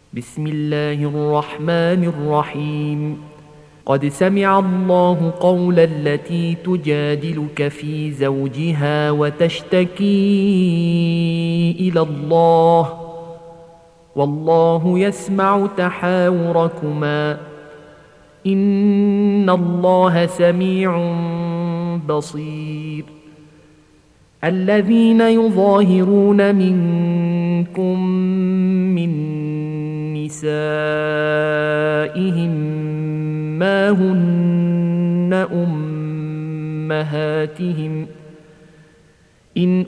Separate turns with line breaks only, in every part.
بسم الله الرحمن الرحيم. قد سمع الله قول التي تجادلك في زوجها وتشتكي إلى الله والله يسمع تحاوركما إن الله سميع بصير. الذين يظاهرون منكم من نسائهم ما هن أمهاتهم إن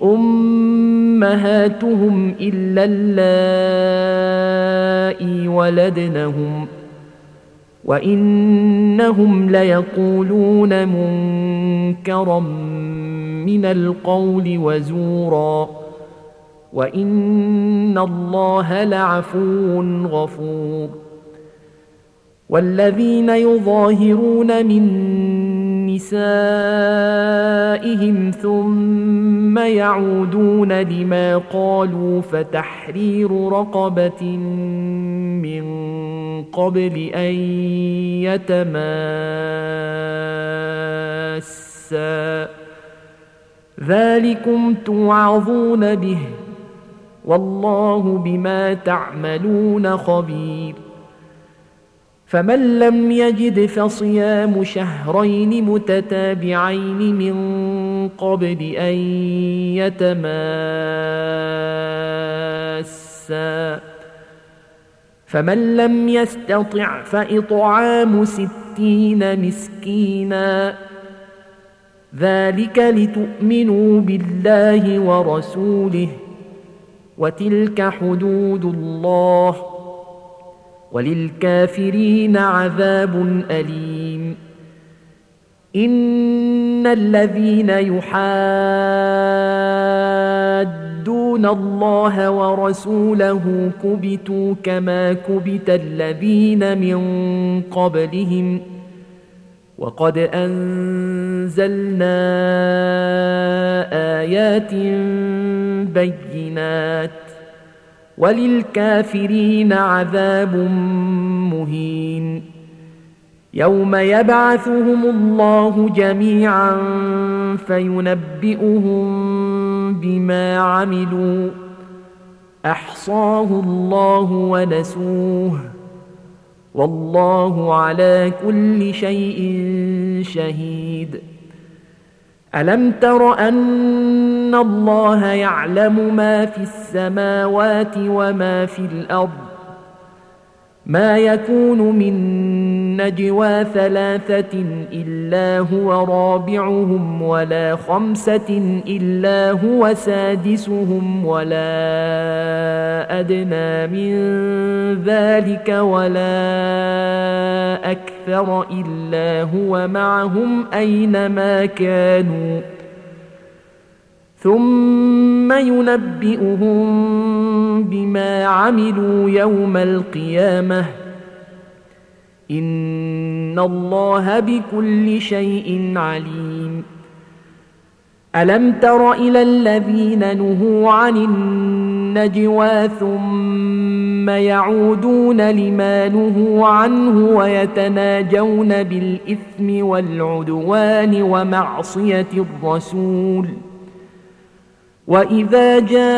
أمهاتهم إلا اللائي ولدنهم وإنهم ليقولون منكرا من القول وزورا وإن الله لعفو غفور. والذين يظاهرون من نسائهم ثم يعودون لما قالوا فتحرير رقبة من قبل أن يتماسا ذلكم توعظون به والله بما تعملون خبير. فمن لم يجد فصيام شهرين متتابعين من قبل أن يتماسا فمن لم يستطع فإطعام 60 مسكينا ذلك لتؤمنوا بالله ورسوله وتلك حدود الله وللكافرين عذاب أليم. إن الذين يحادون الله ورسوله كبتوا كما كبت الذين من قبلهم وقد أنزلنا آيات بينات وللكافرين عذاب مهين. يوم يبعثهم الله جميعا فينبئهم بما عملوا أحصاه الله ونسوه والله على كل شيء شهيد. ألم تر أن الله يعلم ما في السماوات وما في الأرض ما يكون من نجوى 3 إلا هو رابعهم ولا 5 إلا هو سادسهم ولا أدنى من ذلك ولا أكثر إلا هو معهم أينما كانوا ثم ينبئهم بما عملوا يوم القيامة إن الله بكل شيء عليم. ألم تر إلى الذين نهوا عن النجوى ثم يعودون لما نهوا عنه ويتناجون بالإثم والعدوان ومعصية الرسول وإذا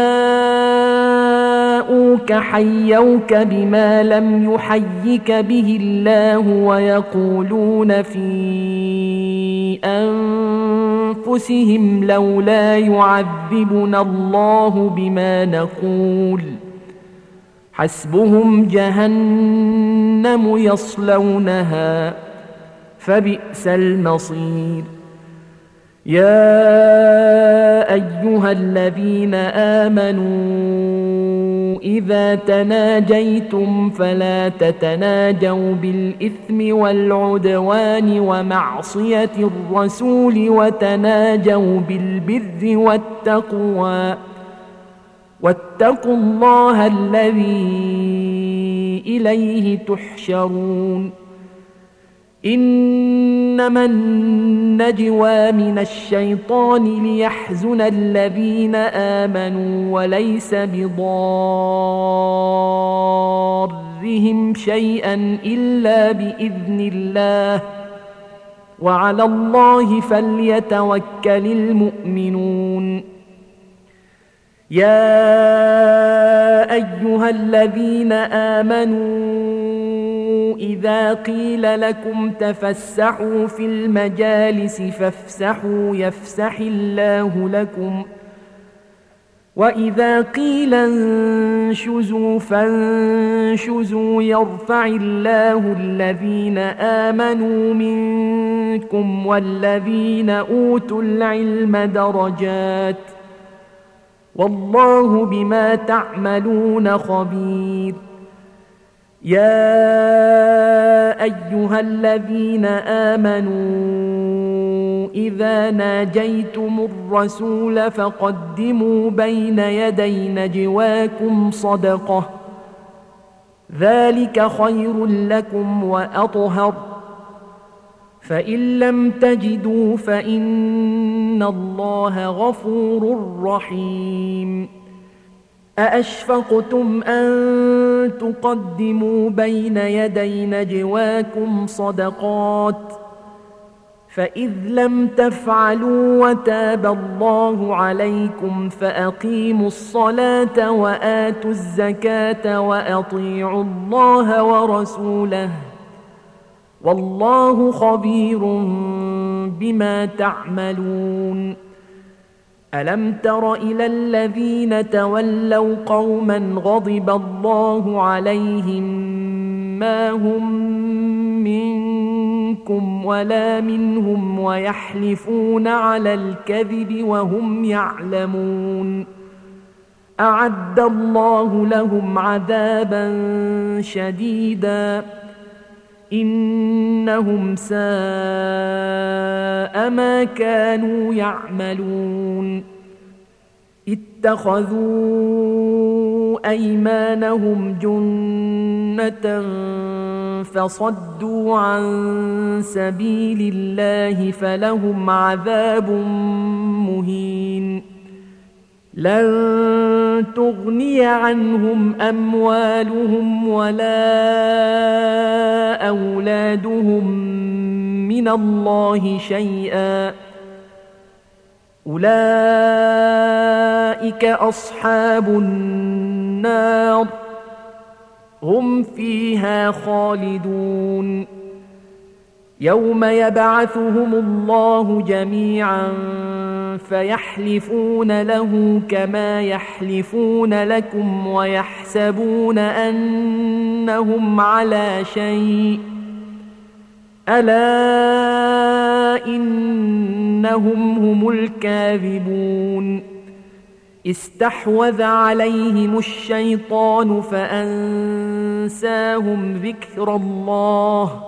جاءوك حيوك بما لم يحيك به الله ويقولون في أنفسهم لولا يعذبنا الله بما نقول حسبهم جهنم يصلونها فبئس المصير. يا أيها الذين آمنوا إذا تناجيتم فلا تتناجوا بالإثم والعدوان ومعصية الرسول وتناجوا بالبر والتقوى واتقوا الله الذي إليه تحشرون. إنما النجوى من الشيطان ليحزن الذين آمنوا وليس بضارهم ضرهم شيئا إلا بإذن الله وعلى الله فليتوكل المؤمنون يا أيها الذين آمنوا إذا قيل لكم تفسحوا في المجالس فافسحوا يفسح الله لكم وإذا قيل انشزوا فانشزوا يرفع الله الذين آمنوا منكم والذين أوتوا العلم درجات والله بما تعملون خبير يا أيها الذين آمنوا إذا ناجيتم الرسول فقدموا بين يدي نجواكم صدقة ذلك خير لكم وأطهر فإن لم تجدوا فإن الله غفور رحيم أأشفقتم أن تقدموا بين يدي نجواكم صدقات فإذ لم تفعلوا وتاب الله عليكم فأقيموا الصلاة وآتوا الزكاة وأطيعوا الله ورسوله والله خبير بما تعملون ألم تر إلى الذين تولوا قوما غضب الله عليهم ما هم منكم ولا منهم ويحلفون على الكذب وهم يعلمون أعد الله لهم عذابا شديدا إنهم ساء ما كانوا يعملون اتخذوا أيمانهم جنة فصدوا عن سبيل الله فلهم عذاب مهين لن تغني عنهم أموالهم ولا أولادهم من الله شيئا أولئك أصحاب النار هم فيها خالدون يوم يبعثهم الله جميعا فيحلفون له كما يحلفون لكم ويحسبون أنهم على شيء ألا إنهم هم الكاذبون استحوذ عليهم الشيطان فأنساهم ذكر الله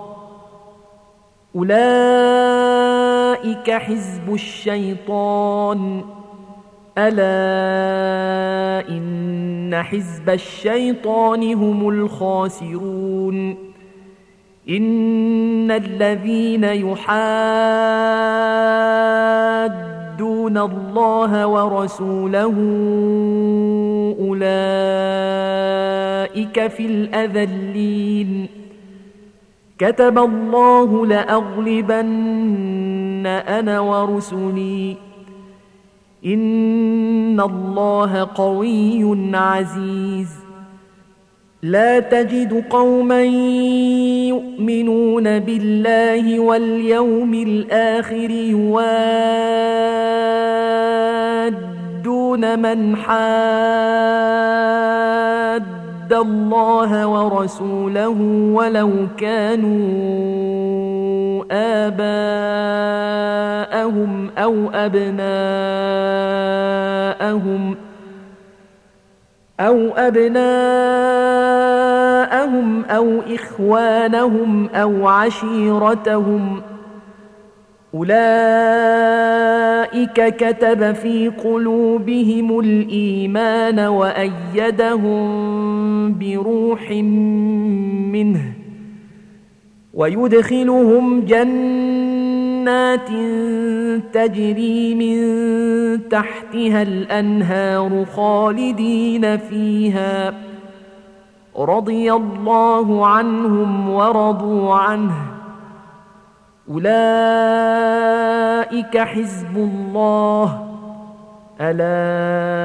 أولئك حزب الشيطان ألا إن حزب الشيطان هم الخاسرون إن الذين يحادون الله ورسوله أولئك في الأذلين كتب الله لأغلبن أنا ورسلي إن الله قوي عزيز لا تجد قوما يؤمنون بالله واليوم الآخر يوادون من حاد الله ورسوله ولو كانوا آباءهم أو أبناءهم أو إخوانهم أو عشيرتهم أولئك كتب في قلوبهم الإيمان وأيدهم بروح منه ويدخلهم جنات تجري من تحتها الأنهار خالدين فيها رضي الله عنهم ورضوا عنه أولئك حزب الله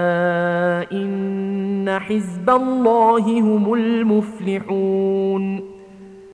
ألا إن حزب الله هم المفلحون